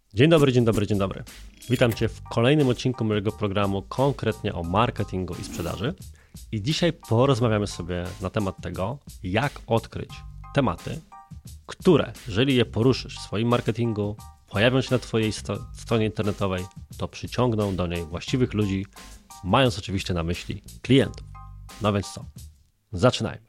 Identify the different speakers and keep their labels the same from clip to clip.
Speaker 1: Dzień dobry, dzień dobry, dzień dobry. Witam Cię w kolejnym odcinku mojego programu konkretnie o marketingu i sprzedaży. I dzisiaj porozmawiamy sobie na temat tego, jak odkryć tematy, które, jeżeli je poruszysz w swoim marketingu, pojawią się na Twojej stronie internetowej, to przyciągną do niej właściwych ludzi, mając oczywiście na myśli klientów. No więc co? Zaczynajmy.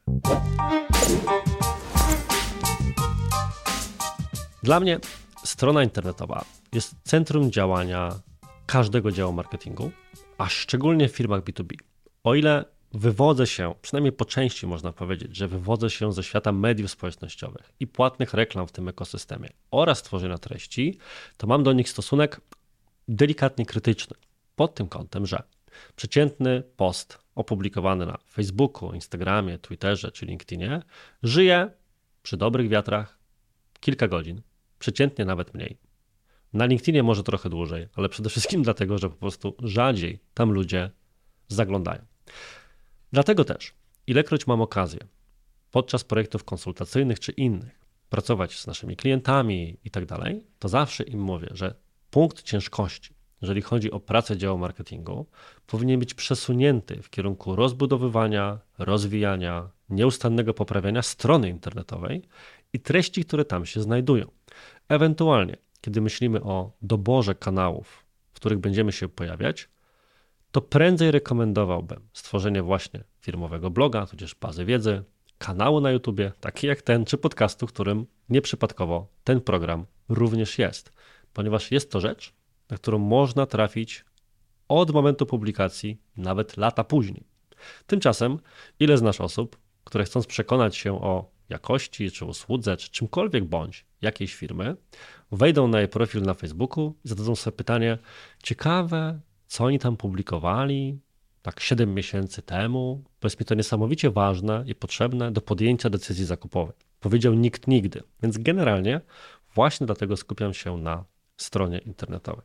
Speaker 1: Dla mnie strona internetowa jest centrum działania każdego działu marketingu, a szczególnie w firmach B2B. O ile wywodzę się, przynajmniej po części można powiedzieć, że wywodzę się ze świata mediów społecznościowych i płatnych reklam w tym ekosystemie oraz tworzenia treści, to mam do nich stosunek delikatnie krytyczny. Pod tym kątem, że przeciętny post opublikowany na Facebooku, Instagramie, Twitterze czy LinkedInie żyje przy dobrych wiatrach kilka godzin, przeciętnie nawet mniej. Na LinkedInie może trochę dłużej, ale przede wszystkim dlatego, że po prostu rzadziej tam ludzie zaglądają. Dlatego też, ilekroć mam okazję podczas projektów konsultacyjnych czy innych pracować z naszymi klientami i tak dalej, to zawsze im mówię, że punkt ciężkości, jeżeli chodzi o pracę działu marketingu, powinien być przesunięty w kierunku rozbudowywania, rozwijania, nieustannego poprawiania strony internetowej i treści, które tam się znajdują. Ewentualnie, kiedy myślimy o doborze kanałów, w których będziemy się pojawiać, to prędzej rekomendowałbym stworzenie właśnie firmowego bloga, tudzież bazy wiedzy, kanału na YouTubie, taki jak ten, czy podcastu, którym nieprzypadkowo ten program również jest, ponieważ jest to rzecz, na którą można trafić od momentu publikacji, nawet lata później. Tymczasem, ile znasz osób, które chcąc przekonać się o jakości, czy usłudze, czy czymkolwiek bądź jakiejś firmy, wejdą na jej profil na Facebooku i zadadzą sobie pytanie, ciekawe, co oni tam publikowali tak 7 miesięcy temu, bo jest mi to niesamowicie ważne i potrzebne do podjęcia decyzji zakupowej. Powiedział nikt nigdy, więc generalnie właśnie dlatego skupiam się na stronie internetowej.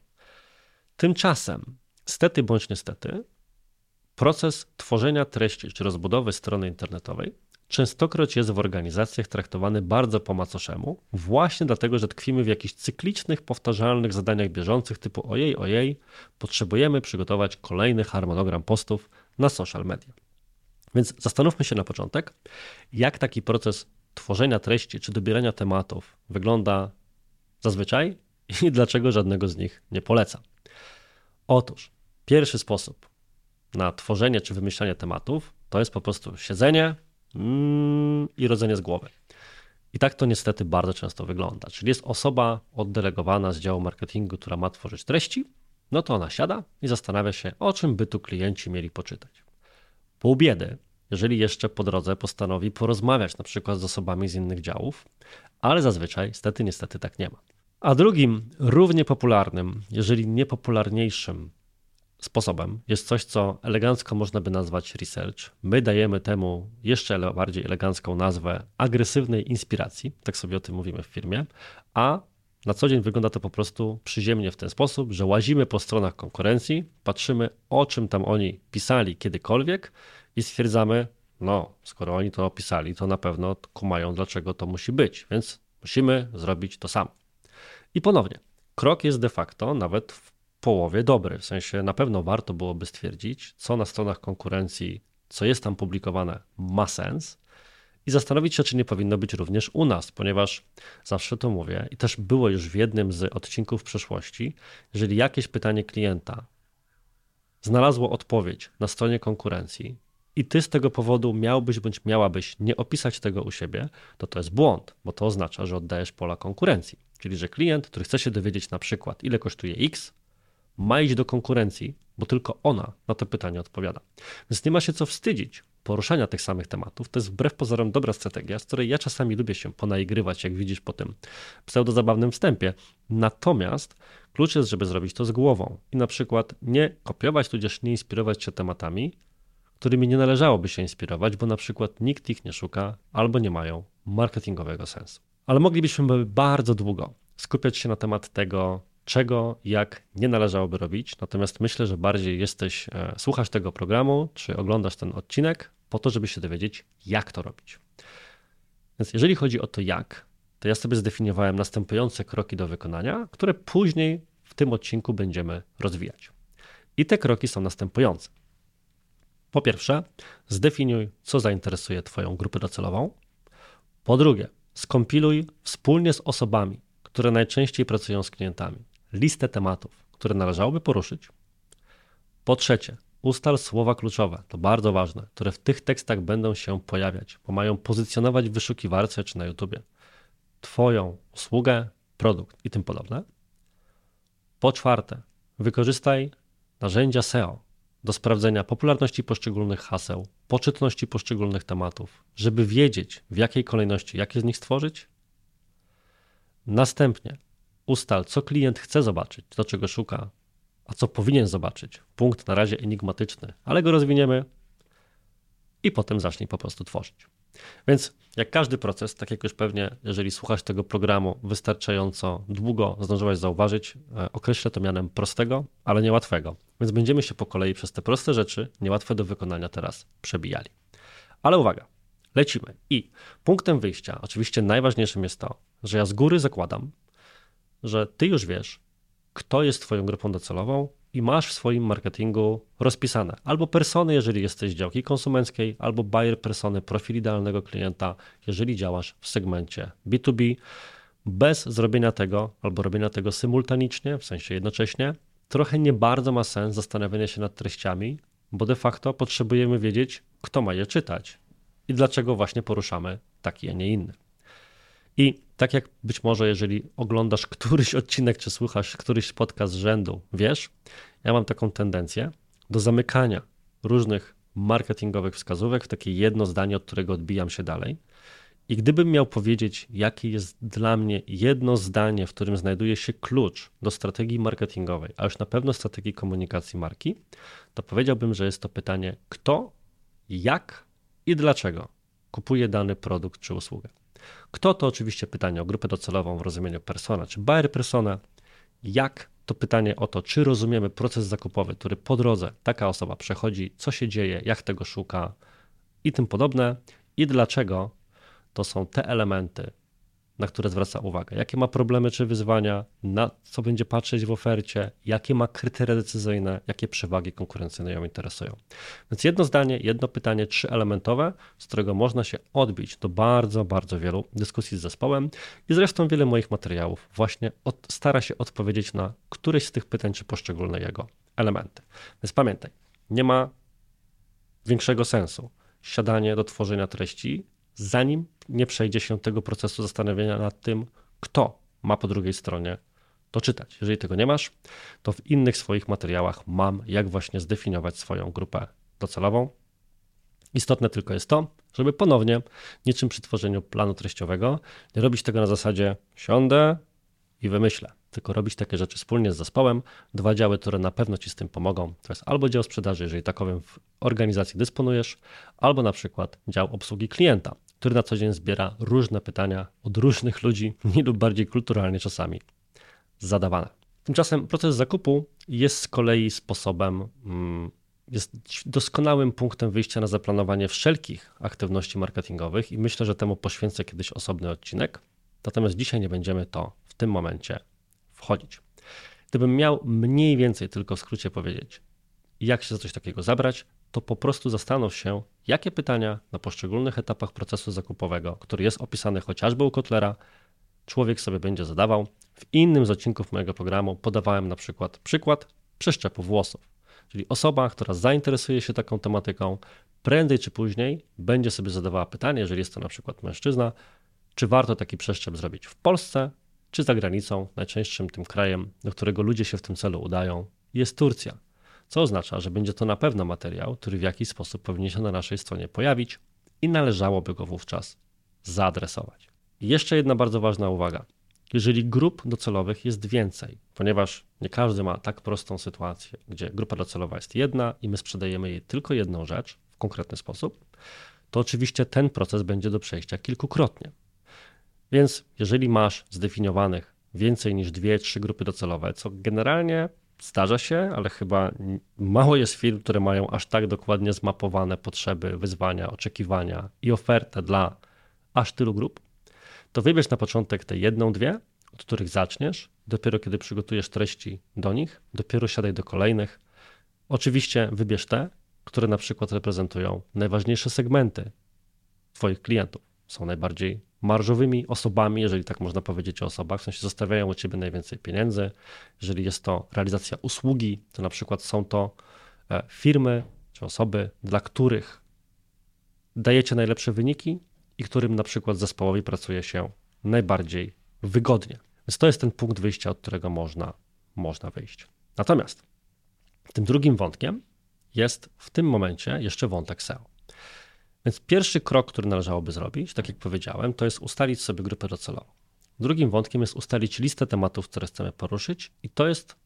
Speaker 1: Tymczasem, stety bądź niestety, proces tworzenia treści czy rozbudowy strony internetowej częstokroć jest w organizacjach traktowany bardzo po macoszemu, właśnie dlatego, że tkwimy w jakichś cyklicznych, powtarzalnych zadaniach bieżących typu ojej, potrzebujemy przygotować kolejny harmonogram postów na social media. Więc zastanówmy się na początek, jak taki proces tworzenia treści czy dobierania tematów wygląda zazwyczaj i dlaczego żadnego z nich nie polecam. Otóż pierwszy sposób na tworzenie czy wymyślanie tematów to jest po prostu siedzenie i rodzenie z głowy. I tak to niestety bardzo często wygląda. Czyli jest osoba oddelegowana z działu marketingu, która ma tworzyć treści, no to ona siada i zastanawia się, o czym by tu klienci mieli poczytać. Pół biedy, jeżeli jeszcze po drodze postanowi porozmawiać na przykład z osobami z innych działów, ale zazwyczaj niestety tak nie ma. A drugim, równie popularnym, jeżeli nie popularniejszym sposobem jest coś, co elegancko można by nazwać research. My dajemy temu jeszcze bardziej elegancką nazwę agresywnej inspiracji, tak sobie o tym mówimy w firmie, a na co dzień wygląda to po prostu przyziemnie w ten sposób, że łazimy po stronach konkurencji, patrzymy, o czym tam oni pisali kiedykolwiek i stwierdzamy, no skoro oni to opisali, to na pewno kumają, dlaczego to musi być, więc musimy zrobić to samo. I ponownie, krok jest de facto nawet w połowie dobry, w sensie na pewno warto byłoby stwierdzić, co na stronach konkurencji, co jest tam publikowane, ma sens i zastanowić się, czy nie powinno być również u nas, ponieważ zawsze to mówię i też było już w jednym z odcinków w przeszłości, jeżeli jakieś pytanie klienta znalazło odpowiedź na stronie konkurencji i ty z tego powodu miałbyś bądź miałabyś nie opisać tego u siebie, to jest błąd, bo to oznacza, że oddajesz pola konkurencji, czyli że klient, który chce się dowiedzieć na przykład, ile kosztuje X, ma iść do konkurencji, bo tylko ona na to pytanie odpowiada. Więc nie ma się co wstydzić poruszania tych samych tematów. To jest wbrew pozorom dobra strategia, z której ja czasami lubię się ponaigrywać, jak widzisz po tym pseudozabawnym wstępie. Natomiast klucz jest, żeby zrobić to z głową i na przykład nie kopiować, tudzież nie inspirować się tematami, którymi nie należałoby się inspirować, bo na przykład nikt ich nie szuka albo nie mają marketingowego sensu. Ale moglibyśmy bardzo długo skupiać się na temat tego, czego, jak nie należałoby robić. Natomiast myślę, że bardziej słuchasz tego programu, czy oglądasz ten odcinek po to, żeby się dowiedzieć, jak to robić. Więc jeżeli chodzi o to jak, to ja sobie zdefiniowałem następujące kroki do wykonania, które później w tym odcinku będziemy rozwijać. I te kroki są następujące. Po pierwsze, zdefiniuj, co zainteresuje Twoją grupę docelową. Po drugie, skompiluj wspólnie z osobami, które najczęściej pracują z klientami, listę tematów, które należałoby poruszyć. Po trzecie, ustal słowa kluczowe, to bardzo ważne, które w tych tekstach będą się pojawiać, bo mają pozycjonować w wyszukiwarce czy na YouTubie Twoją usługę, produkt i tym podobne. Po czwarte, wykorzystaj narzędzia SEO do sprawdzenia popularności poszczególnych haseł, poczytności poszczególnych tematów, żeby wiedzieć, w jakiej kolejności, jakie z nich stworzyć. Następnie ustal, co klient chce zobaczyć, do czego szuka, a co powinien zobaczyć. Punkt na razie enigmatyczny, ale go rozwiniemy i potem zacznij po prostu tworzyć. Więc jak każdy proces, tak jak już pewnie, jeżeli słuchasz tego programu wystarczająco długo, zdążyłeś zauważyć, określę to mianem prostego, ale niełatwego. Więc będziemy się po kolei przez te proste rzeczy, niełatwe do wykonania teraz przebijali. Ale uwaga, lecimy. I punktem wyjścia, oczywiście najważniejszym jest to, że ja z góry zakładam, że ty już wiesz, kto jest twoją grupą docelową i masz w swoim marketingu rozpisane albo persony, jeżeli jesteś z działki konsumenckiej, albo buyer persony, profil idealnego klienta, jeżeli działasz w segmencie B2B. Bez zrobienia tego albo robienia tego symultanicznie, w sensie jednocześnie, trochę nie bardzo ma sens zastanawianie się nad treściami, bo de facto potrzebujemy wiedzieć, kto ma je czytać i dlaczego właśnie poruszamy taki, a nie inny. I tak jak być może, jeżeli oglądasz któryś odcinek, czy słuchasz któryś podcast z rzędu, wiesz, ja mam taką tendencję do zamykania różnych marketingowych wskazówek w takie jedno zdanie, od którego odbijam się dalej. I gdybym miał powiedzieć, jakie jest dla mnie jedno zdanie, w którym znajduje się klucz do strategii marketingowej, a już na pewno strategii komunikacji marki, to powiedziałbym, że jest to pytanie kto, jak i dlaczego kupuje dany produkt czy usługę. Kto to oczywiście pytanie o grupę docelową w rozumieniu persona czy buyer persona, jak to pytanie o to, czy rozumiemy proces zakupowy, który po drodze taka osoba przechodzi, co się dzieje, jak tego szuka i tym podobne i dlaczego to są te elementy, na które zwraca uwagę, jakie ma problemy czy wyzwania, na co będzie patrzeć w ofercie, jakie ma kryteria decyzyjne, jakie przewagi konkurencyjne ją interesują. Więc jedno zdanie, jedno pytanie, 3-elementowe, z którego można się odbić do bardzo, bardzo wielu dyskusji z zespołem i zresztą wiele moich materiałów właśnie stara się odpowiedzieć na któreś z tych pytań czy poszczególne jego elementy. Więc pamiętaj, nie ma większego sensu siadanie do tworzenia treści, zanim nie przejdzie się tego procesu zastanawiania nad tym, kto ma po drugiej stronie to czytać. Jeżeli tego nie masz, to w innych swoich materiałach mam, jak właśnie zdefiniować swoją grupę docelową. Istotne tylko jest to, żeby ponownie, niczym przy tworzeniu planu treściowego, nie robić tego na zasadzie siądę i wymyślę, tylko robić takie rzeczy wspólnie z zespołem. 2 działy, które na pewno Ci z tym pomogą, to jest albo dział sprzedaży, jeżeli takowym w organizacji dysponujesz, albo na przykład dział obsługi klienta, który na co dzień zbiera różne pytania od różnych ludzi, mniej lub bardziej kulturalnie czasami zadawane. Tymczasem proces zakupu jest z kolei sposobem, jest doskonałym punktem wyjścia na zaplanowanie wszelkich aktywności marketingowych i myślę, że temu poświęcę kiedyś osobny odcinek, natomiast dzisiaj nie będziemy to w tym momencie wchodzić. Gdybym miał mniej więcej tylko w skrócie powiedzieć, jak się za coś takiego zabrać, to po prostu zastanów się, jakie pytania na poszczególnych etapach procesu zakupowego, który jest opisany chociażby u Kotlera, człowiek sobie będzie zadawał. W innym z odcinków mojego programu podawałem na przykład przeszczepu włosów. Czyli osoba, która zainteresuje się taką tematyką, prędzej czy później będzie sobie zadawała pytanie, jeżeli jest to na przykład mężczyzna, czy warto taki przeszczep zrobić w Polsce, czy za granicą. Najczęstszym tym krajem, do którego ludzie się w tym celu udają, jest Turcja. Co oznacza, że będzie to na pewno materiał, który w jakiś sposób powinien się na naszej stronie pojawić i należałoby go wówczas zaadresować. I jeszcze jedna bardzo ważna uwaga. Jeżeli grup docelowych jest więcej, ponieważ nie każdy ma tak prostą sytuację, gdzie grupa docelowa jest jedna i my sprzedajemy jej tylko jedną rzecz w konkretny sposób, to oczywiście ten proces będzie do przejścia kilkukrotnie. Więc jeżeli masz zdefiniowanych więcej niż 2-3 grupy docelowe, co generalnie zdarza się, ale chyba mało jest firm, które mają aż tak dokładnie zmapowane potrzeby, wyzwania, oczekiwania i ofertę dla aż tylu grup, to wybierz na początek te jedną, dwie, od których zaczniesz. Dopiero kiedy przygotujesz treści do nich, dopiero siadaj do kolejnych. Oczywiście wybierz te, które na przykład reprezentują najważniejsze segmenty Twoich klientów. Są najbardziej marżowymi osobami, jeżeli tak można powiedzieć o osobach, w sensie zostawiają u Ciebie najwięcej pieniędzy. Jeżeli jest to realizacja usługi, to na przykład są to firmy czy osoby, dla których dajecie najlepsze wyniki i którym na przykład zespołowi pracuje się najbardziej wygodnie. Więc to jest ten punkt wyjścia, od którego można wyjść. Natomiast tym drugim wątkiem jest w tym momencie jeszcze wątek SEO. Więc pierwszy krok, który należałoby zrobić, tak jak powiedziałem, to jest ustalić sobie grupę docelową. Drugim wątkiem jest ustalić listę tematów, które chcemy poruszyć i to jest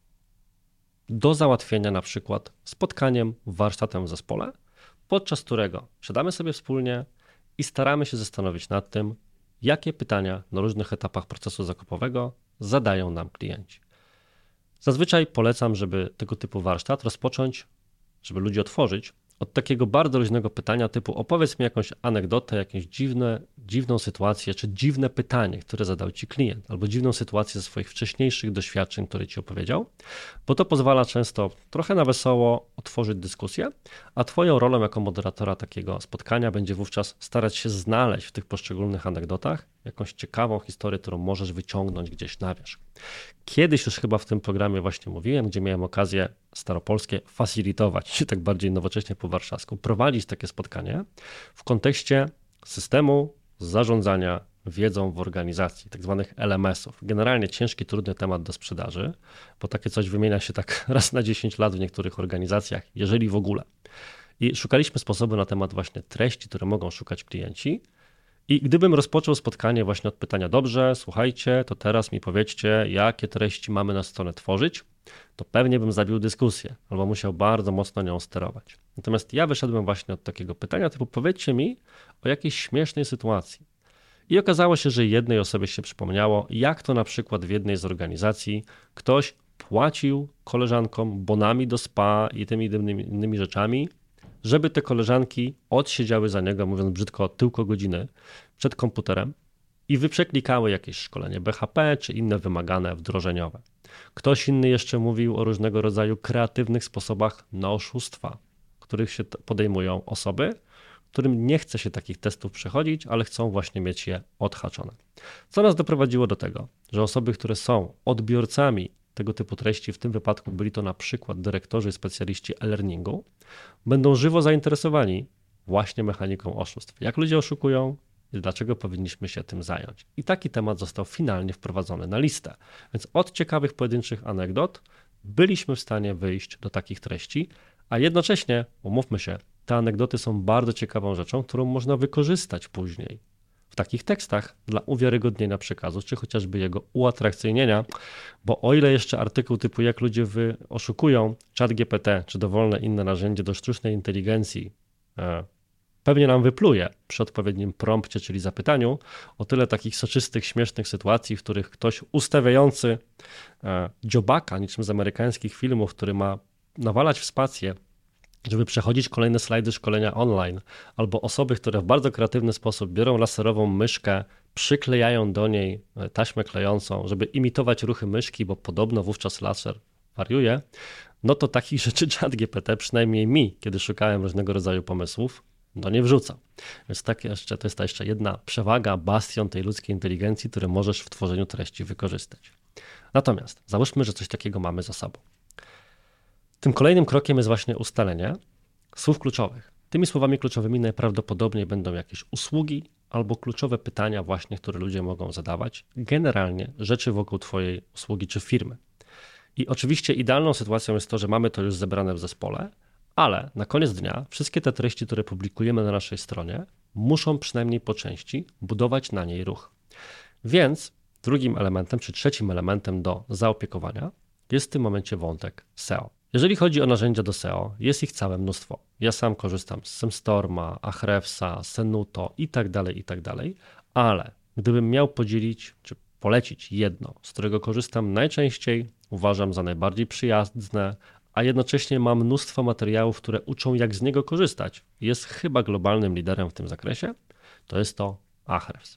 Speaker 1: do załatwienia na przykład spotkaniem, warsztatem w zespole, podczas którego siadamy sobie wspólnie i staramy się zastanowić nad tym, jakie pytania na różnych etapach procesu zakupowego zadają nam klienci. Zazwyczaj polecam, żeby tego typu warsztat rozpocząć, żeby ludzi otworzyć od takiego bardzo luźnego pytania typu opowiedz mi jakąś anegdotę, jakąś dziwną sytuację, czy dziwne pytanie, które zadał Ci klient, albo dziwną sytuację ze swoich wcześniejszych doświadczeń, które Ci opowiedział, bo to pozwala często trochę na wesoło otworzyć dyskusję, a Twoją rolą jako moderatora takiego spotkania będzie wówczas starać się znaleźć w tych poszczególnych anegdotach jakąś ciekawą historię, którą możesz wyciągnąć gdzieś na wierzch. Kiedyś już chyba w tym programie właśnie mówiłem, gdzie miałem okazję staropolskie facilitować, czy tak bardziej nowocześnie po warszawsku, prowadzić takie spotkanie w kontekście systemu zarządzania wiedzą w organizacji, tak zwanych LMS-ów. Generalnie ciężki, trudny temat do sprzedaży, bo takie coś wymienia się tak raz na 10 lat w niektórych organizacjach, jeżeli w ogóle. I szukaliśmy sposobu na temat właśnie treści, które mogą szukać klienci. I gdybym rozpoczął spotkanie właśnie od pytania, dobrze, słuchajcie, to teraz mi powiedzcie, jakie treści mamy na stronę tworzyć, to pewnie bym zabił dyskusję albo musiał bardzo mocno nią sterować. Natomiast ja wyszedłem właśnie od takiego pytania typu powiedzcie mi o jakiejś śmiesznej sytuacji. I okazało się, że jednej osobie się przypomniało, jak to na przykład w jednej z organizacji ktoś płacił koleżankom bonami do spa i tymi innymi rzeczami, żeby te koleżanki odsiedziały za niego, mówiąc brzydko, tylko godziny przed komputerem i wyprzeklikały jakieś szkolenie BHP czy inne wymagane wdrożeniowe. Ktoś inny jeszcze mówił o różnego rodzaju kreatywnych sposobach na oszustwa, których się podejmują osoby, którym nie chce się takich testów przechodzić, ale chcą właśnie mieć je odhaczone. Co nas doprowadziło do tego, że osoby, które są odbiorcami tego typu treści, w tym wypadku byli to na przykład dyrektorzy i specjaliści e-learningu, będą żywo zainteresowani właśnie mechaniką oszustw. Jak ludzie oszukują i dlaczego powinniśmy się tym zająć. I taki temat został finalnie wprowadzony na listę. Więc od ciekawych pojedynczych anegdot byliśmy w stanie wyjść do takich treści, a jednocześnie, umówmy się, te anegdoty są bardzo ciekawą rzeczą, którą można wykorzystać później w takich tekstach dla uwiarygodnienia przekazu, czy chociażby jego uatrakcyjnienia, bo o ile jeszcze artykuł typu jak ludzie oszukują ChatGPT, czy dowolne inne narzędzie do sztucznej inteligencji pewnie nam wypluje przy odpowiednim prompcie, czyli zapytaniu, o tyle takich soczystych, śmiesznych sytuacji, w których ktoś ustawiający dziobaka, niczym z amerykańskich filmów, który ma nawalać w spację, żeby przechodzić kolejne slajdy szkolenia online, albo osoby, które w bardzo kreatywny sposób biorą laserową myszkę, przyklejają do niej taśmę klejącą, żeby imitować ruchy myszki, bo podobno wówczas laser wariuje, no to takich rzeczy ChatGPT, przynajmniej mi, kiedy szukałem różnego rodzaju pomysłów, no nie wrzucał. Więc to jest ta jeszcze jedna przewaga, bastion tej ludzkiej inteligencji, który możesz w tworzeniu treści wykorzystać. Natomiast załóżmy, że coś takiego mamy za sobą. Tym kolejnym krokiem jest właśnie ustalenie słów kluczowych. Tymi słowami kluczowymi najprawdopodobniej będą jakieś usługi albo kluczowe pytania właśnie, które ludzie mogą zadawać. Generalnie rzeczy wokół Twojej usługi czy firmy. I oczywiście idealną sytuacją jest to, że mamy to już zebrane w zespole, ale na koniec dnia wszystkie te treści, które publikujemy na naszej stronie, muszą przynajmniej po części budować na niej ruch. Więc drugim elementem, czy trzecim elementem do zaopiekowania jest w tym momencie wątek SEO. Jeżeli chodzi o narzędzia do SEO, jest ich całe mnóstwo. Ja sam korzystam z SEMstorma, Ahrefsa, Senuto i tak dalej, ale gdybym miał podzielić czy polecić jedno, z którego korzystam najczęściej, uważam za najbardziej przyjazne, a jednocześnie mam mnóstwo materiałów, które uczą jak z niego korzystać, jest chyba globalnym liderem w tym zakresie, to jest to Ahrefs.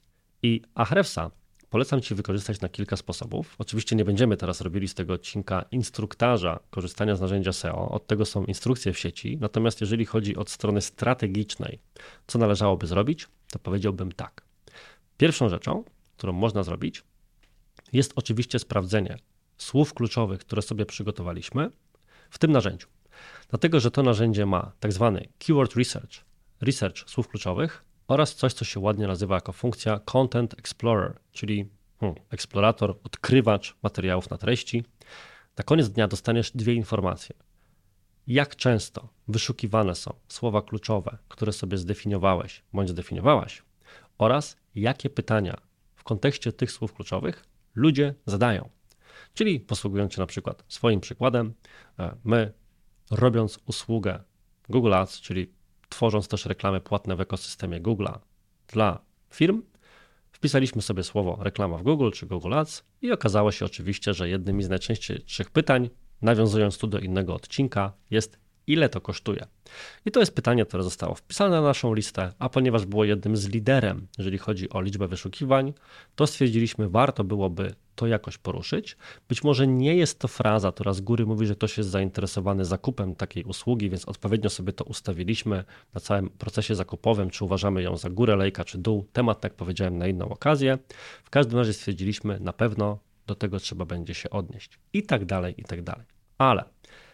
Speaker 1: I Ahrefsa polecam Ci wykorzystać na kilka sposobów. Oczywiście nie będziemy teraz robili z tego odcinka instruktaża korzystania z narzędzia SEO, od tego są instrukcje w sieci, natomiast jeżeli chodzi od strony strategicznej, co należałoby zrobić, to powiedziałbym tak. Pierwszą rzeczą, którą można zrobić, jest oczywiście sprawdzenie słów kluczowych, które sobie przygotowaliśmy w tym narzędziu. Dlatego, że to narzędzie ma tak zwany Keyword Research słów kluczowych oraz coś, co się ładnie nazywa jako funkcja Content Explorer, czyli eksplorator, odkrywacz materiałów na treści. Na koniec dnia dostaniesz dwie informacje. Jak często wyszukiwane są słowa kluczowe, które sobie zdefiniowałeś bądź zdefiniowałaś oraz jakie pytania w kontekście tych słów kluczowych ludzie zadają. Czyli posługując się na przykład swoim przykładem, my robiąc usługę Google Ads, czyli tworząc też reklamy płatne w ekosystemie Google'a dla firm, wpisaliśmy sobie słowo reklama w Google czy Google Ads i okazało się oczywiście, że jednym z najczęstszych pytań, nawiązując tu do innego odcinka, jest ile to kosztuje. I to jest pytanie, które zostało wpisane na naszą listę, a ponieważ było jednym z liderem, jeżeli chodzi o liczbę wyszukiwań, to stwierdziliśmy, warto byłoby to jakoś poruszyć. Być może nie jest to fraza, która z góry mówi, że ktoś jest zainteresowany zakupem takiej usługi, więc odpowiednio sobie to ustawiliśmy na całym procesie zakupowym, czy uważamy ją za górę lejka, czy dół. Temat, jak powiedziałem, na inną okazję. W każdym razie stwierdziliśmy, na pewno do tego trzeba będzie się odnieść. I tak dalej, i tak dalej. Ale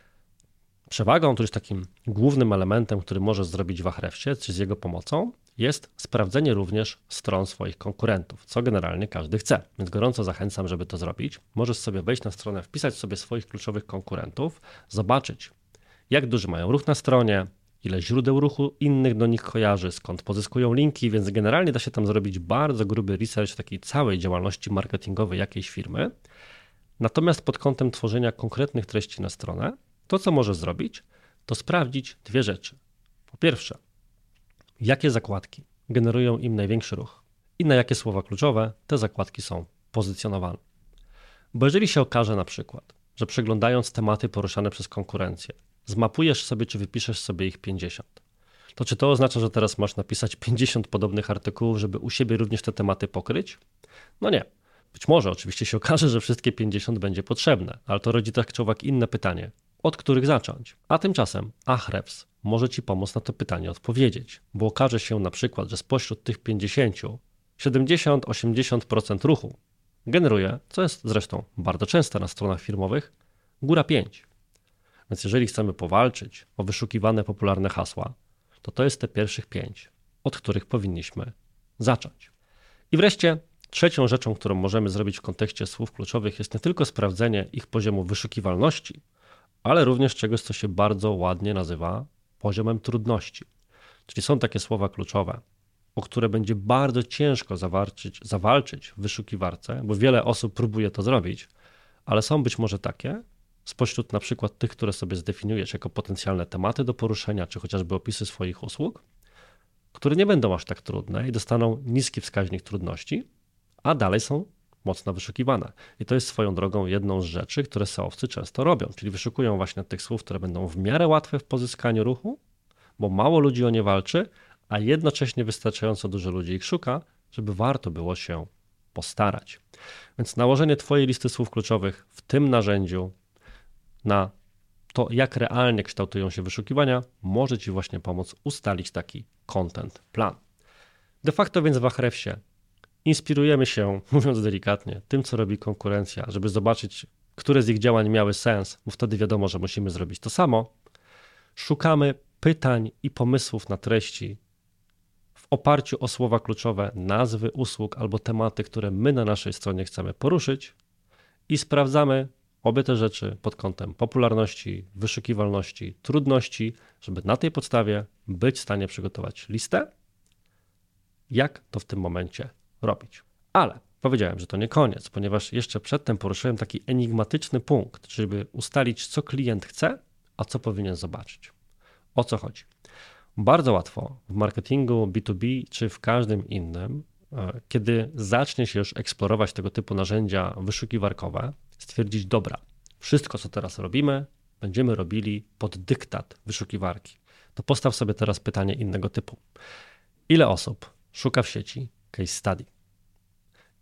Speaker 1: przewagą, to już takim głównym elementem, który możesz zrobić w Ahrefsie, czy z jego pomocą, jest sprawdzenie również stron swoich konkurentów, co generalnie każdy chce. Więc gorąco zachęcam, żeby to zrobić. Możesz sobie wejść na stronę, wpisać sobie swoich kluczowych konkurentów, zobaczyć, jak duży mają ruch na stronie, ile źródeł ruchu innych do nich kojarzy, skąd pozyskują linki, więc generalnie da się tam zrobić bardzo gruby research takiej całej działalności marketingowej jakiejś firmy. Natomiast pod kątem tworzenia konkretnych treści na stronę, to, co możesz zrobić, to sprawdzić dwie rzeczy. Po pierwsze, jakie zakładki generują im największy ruch i na jakie słowa kluczowe te zakładki są pozycjonowane. Bo jeżeli się okaże na przykład, że przeglądając tematy poruszane przez konkurencję, zmapujesz sobie czy wypiszesz sobie ich 50, to czy to oznacza, że teraz masz napisać 50 podobnych artykułów, żeby u siebie również te tematy pokryć? No nie. Być może oczywiście się okaże, że wszystkie 50 będzie potrzebne, ale to rodzi tak czy owak inne pytanie. Od których zacząć? A tymczasem Ahrefs może Ci pomóc na to pytanie odpowiedzieć, bo okaże się na przykład, że spośród tych 50 70-80% ruchu generuje, co jest zresztą bardzo częste na stronach firmowych, góra 5. Więc jeżeli chcemy powalczyć o wyszukiwane popularne hasła, to jest te pierwszych 5, od których powinniśmy zacząć. I wreszcie trzecią rzeczą, którą możemy zrobić w kontekście słów kluczowych, jest nie tylko sprawdzenie ich poziomu wyszukiwalności, ale również czegoś, co się bardzo ładnie nazywa poziomem trudności. Czyli są takie słowa kluczowe, o które będzie bardzo ciężko zawalczyć w wyszukiwarce, bo wiele osób próbuje to zrobić, ale są być może takie, spośród na przykład tych, które sobie zdefiniujesz jako potencjalne tematy do poruszenia, czy chociażby opisy swoich usług, które nie będą aż tak trudne i dostaną niski wskaźnik trudności, a dalej są mocno wyszukiwane. I to jest swoją drogą jedną z rzeczy, które SEO-wcy często robią, czyli wyszukują właśnie tych słów, które będą w miarę łatwe w pozyskaniu ruchu, bo mało ludzi o nie walczy, a jednocześnie wystarczająco dużo ludzi ich szuka, żeby warto było się postarać. Więc nałożenie Twojej listy słów kluczowych w tym narzędziu na to, jak realnie kształtują się wyszukiwania, może Ci właśnie pomóc ustalić taki content plan. De facto więc w Ahrefsie inspirujemy się, mówiąc delikatnie, tym, co robi konkurencja, żeby zobaczyć, które z ich działań miały sens, bo wtedy wiadomo, że musimy zrobić to samo. Szukamy pytań i pomysłów na treści w oparciu o słowa kluczowe, nazwy usług albo tematy, które my na naszej stronie chcemy poruszyć i sprawdzamy obie te rzeczy pod kątem popularności, wyszukiwalności, trudności, żeby na tej podstawie być w stanie przygotować listę, jak to w tym momencie robić. Ale powiedziałem, że to nie koniec, ponieważ jeszcze przedtem poruszyłem taki enigmatyczny punkt, żeby ustalić, co klient chce, a co powinien zobaczyć. O co chodzi? Bardzo łatwo w marketingu B2B czy w każdym innym, kiedy zacznie się już eksplorować tego typu narzędzia wyszukiwarkowe, stwierdzić, dobra, wszystko co teraz robimy, będziemy robili pod dyktat wyszukiwarki. To postaw sobie teraz pytanie innego typu. Ile osób szuka w sieci case study?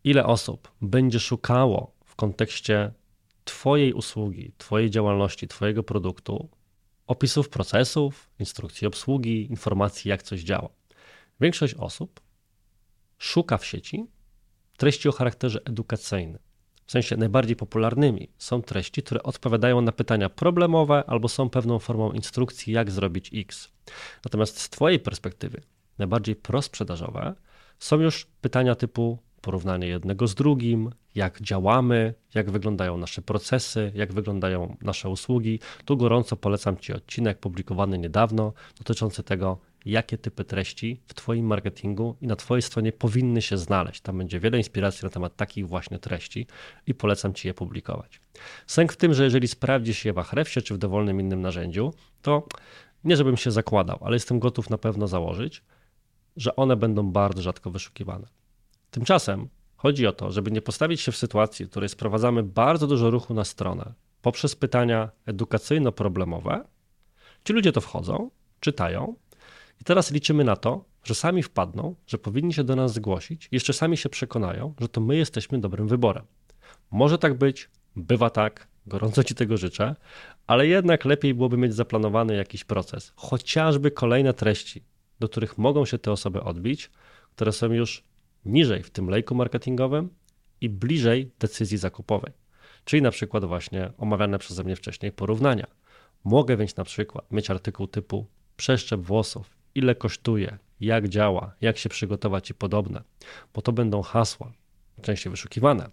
Speaker 1: ile osób będzie szukało w kontekście Twojej usługi, Twojej działalności, Twojego produktu opisów procesów, instrukcji obsługi, informacji, jak coś działa. Większość osób szuka w sieci treści o charakterze edukacyjnym. W sensie najbardziej popularnymi są treści, które odpowiadają na pytania problemowe albo są pewną formą instrukcji, jak zrobić X. Natomiast z Twojej perspektywy najbardziej prosprzedażowe są już pytania typu porównanie jednego z drugim, jak działamy, jak wyglądają nasze procesy, jak wyglądają nasze usługi. Tu gorąco polecam Ci odcinek publikowany niedawno dotyczący tego, jakie typy treści w Twoim marketingu i na Twojej stronie powinny się znaleźć. Tam będzie wiele inspiracji na temat takich właśnie treści i polecam Ci je publikować. Sęk w tym, że jeżeli sprawdzisz je w Ahrefsie czy w dowolnym innym narzędziu, to nie żebym się zakładał, ale jestem gotów na pewno założyć, że one będą bardzo rzadko wyszukiwane. Tymczasem chodzi o to, żeby nie postawić się w sytuacji, w której sprowadzamy bardzo dużo ruchu na stronę poprzez pytania edukacyjno-problemowe. Ci ludzie to wchodzą, czytają i teraz liczymy na to, że sami wpadną, że powinni się do nas zgłosić, jeszcze sami się przekonają, że to my jesteśmy dobrym wyborem. Może tak być, bywa tak, gorąco Ci tego życzę, ale jednak lepiej byłoby mieć zaplanowany jakiś proces, chociażby kolejne treści, do których mogą się te osoby odbić, które są już niżej w tym lejku marketingowym i bliżej decyzji zakupowej. Czyli na przykład właśnie omawiane przeze mnie wcześniej porównania. Mogę więc na przykład mieć artykuł typu przeszczep włosów, ile kosztuje, jak działa, jak się przygotować i podobne, bo to będą hasła częściej wyszukiwane.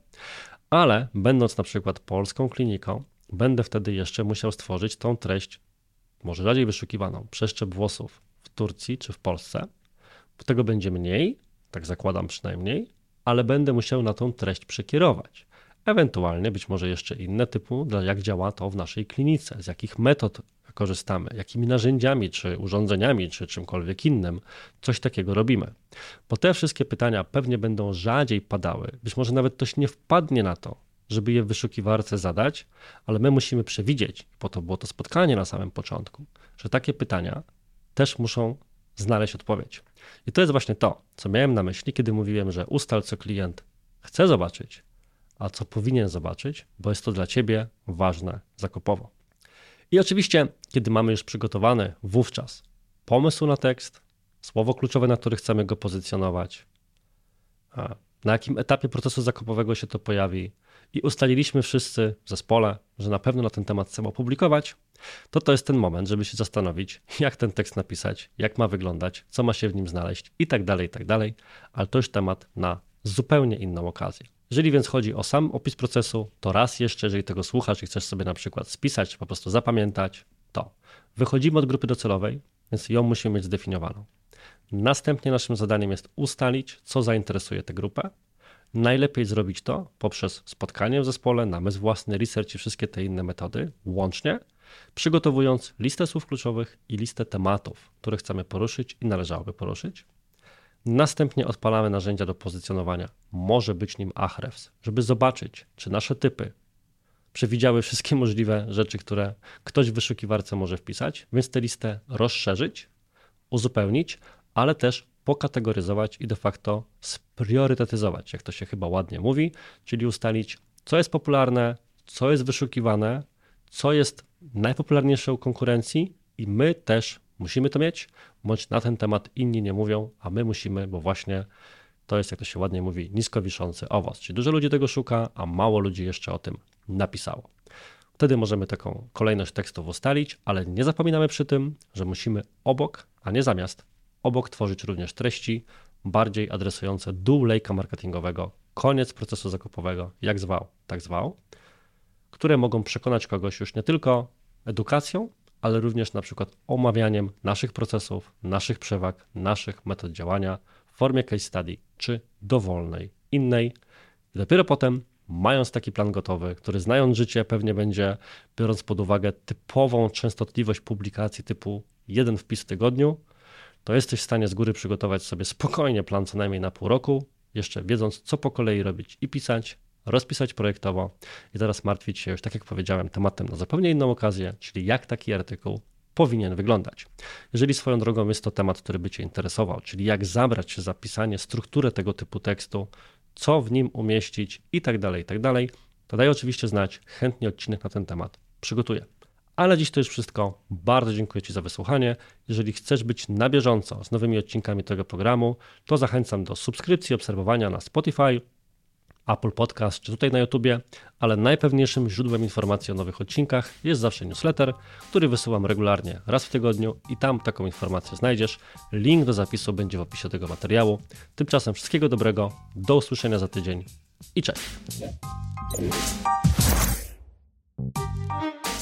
Speaker 1: Ale będąc na przykład polską kliniką, będę wtedy jeszcze musiał stworzyć tą treść, może rzadziej wyszukiwaną, przeszczep włosów w Turcji czy w Polsce, bo tego będzie mniej, tak zakładam przynajmniej, ale będę musiał na tą treść przekierować. Ewentualnie być może jeszcze inne typu, jak działa to w naszej klinice, z jakich metod korzystamy, jakimi narzędziami, czy urządzeniami, czy czymkolwiek innym coś takiego robimy. Bo te wszystkie pytania pewnie będą rzadziej padały, być może nawet ktoś nie wpadnie na to, żeby je w wyszukiwarce zadać, ale my musimy przewidzieć, po to było to spotkanie na samym początku, że takie pytania też muszą znaleźć odpowiedź. I to jest właśnie to, co miałem na myśli, kiedy mówiłem, że ustal, co klient chce zobaczyć, a co powinien zobaczyć, bo jest to dla Ciebie ważne zakupowo. I oczywiście, kiedy mamy już przygotowany wówczas pomysł na tekst, słowo kluczowe, na które chcemy go pozycjonować, na jakim etapie procesu zakupowego się to pojawi i ustaliliśmy wszyscy w zespole, że na pewno na ten temat chcemy opublikować, to jest ten moment, żeby się zastanowić, jak ten tekst napisać, jak ma wyglądać, co ma się w nim znaleźć i tak dalej, ale to już temat na zupełnie inną okazję. Jeżeli więc chodzi o sam opis procesu, to raz jeszcze, jeżeli tego słuchasz i chcesz sobie na przykład spisać, czy po prostu zapamiętać, to wychodzimy od grupy docelowej, więc ją musimy mieć zdefiniowaną. Następnie naszym zadaniem jest ustalić, co zainteresuje tę grupę. Najlepiej zrobić to poprzez spotkanie w zespole, namysł własny, research i wszystkie te inne metody łącznie, przygotowując listę słów kluczowych i listę tematów, które chcemy poruszyć i należałoby poruszyć. Następnie odpalamy narzędzia do pozycjonowania. Może być nim Ahrefs, żeby zobaczyć, czy nasze typy przewidziały wszystkie możliwe rzeczy, które ktoś w wyszukiwarce może wpisać, więc tę listę rozszerzyć, uzupełnić, ale też pokategoryzować i de facto spriorytetyzować, jak to się chyba ładnie mówi, czyli ustalić, co jest popularne, co jest wyszukiwane, co jest najpopularniejsze u konkurencji i my też musimy to mieć, bądź na ten temat inni nie mówią, a my musimy, bo właśnie to jest, jak to się ładnie mówi, nisko wiszący owoc. Czyli dużo ludzi tego szuka, a mało ludzi jeszcze o tym napisało. Wtedy możemy taką kolejność tekstów ustalić, ale nie zapominamy przy tym, że musimy obok, a nie zamiast, obok tworzyć również treści bardziej adresujące dół lejka marketingowego, koniec procesu zakupowego, jak zwał, tak zwał, które mogą przekonać kogoś już nie tylko edukacją, ale również na przykład omawianiem naszych procesów, naszych przewag, naszych metod działania w formie case study czy dowolnej innej. I dopiero potem, mając taki plan gotowy, który znając życie pewnie będzie, biorąc pod uwagę typową częstotliwość publikacji typu jeden wpis w tygodniu, to jesteś w stanie z góry przygotować sobie spokojnie plan co najmniej na pół roku, jeszcze wiedząc, co po kolei robić i pisać, rozpisać projektowo i teraz martwić się już, tak jak powiedziałem, tematem na zupełnie inną okazję, czyli jak taki artykuł powinien wyglądać. Jeżeli swoją drogą jest to temat, który by Cię interesował, czyli jak zabrać się za pisanie, strukturę tego typu tekstu, co w nim umieścić i tak dalej, to daj oczywiście znać, chętnie odcinek na ten temat przygotuję. Ale dziś to już wszystko. Bardzo dziękuję Ci za wysłuchanie. Jeżeli chcesz być na bieżąco z nowymi odcinkami tego programu, to zachęcam do subskrypcji, obserwowania na Spotify, Apple Podcast czy tutaj na YouTubie, ale najpewniejszym źródłem informacji o nowych odcinkach jest zawsze newsletter, który wysyłam regularnie raz w tygodniu i tam taką informację znajdziesz. Link do zapisu będzie w opisie tego materiału. Tymczasem wszystkiego dobrego, do usłyszenia za tydzień i cześć!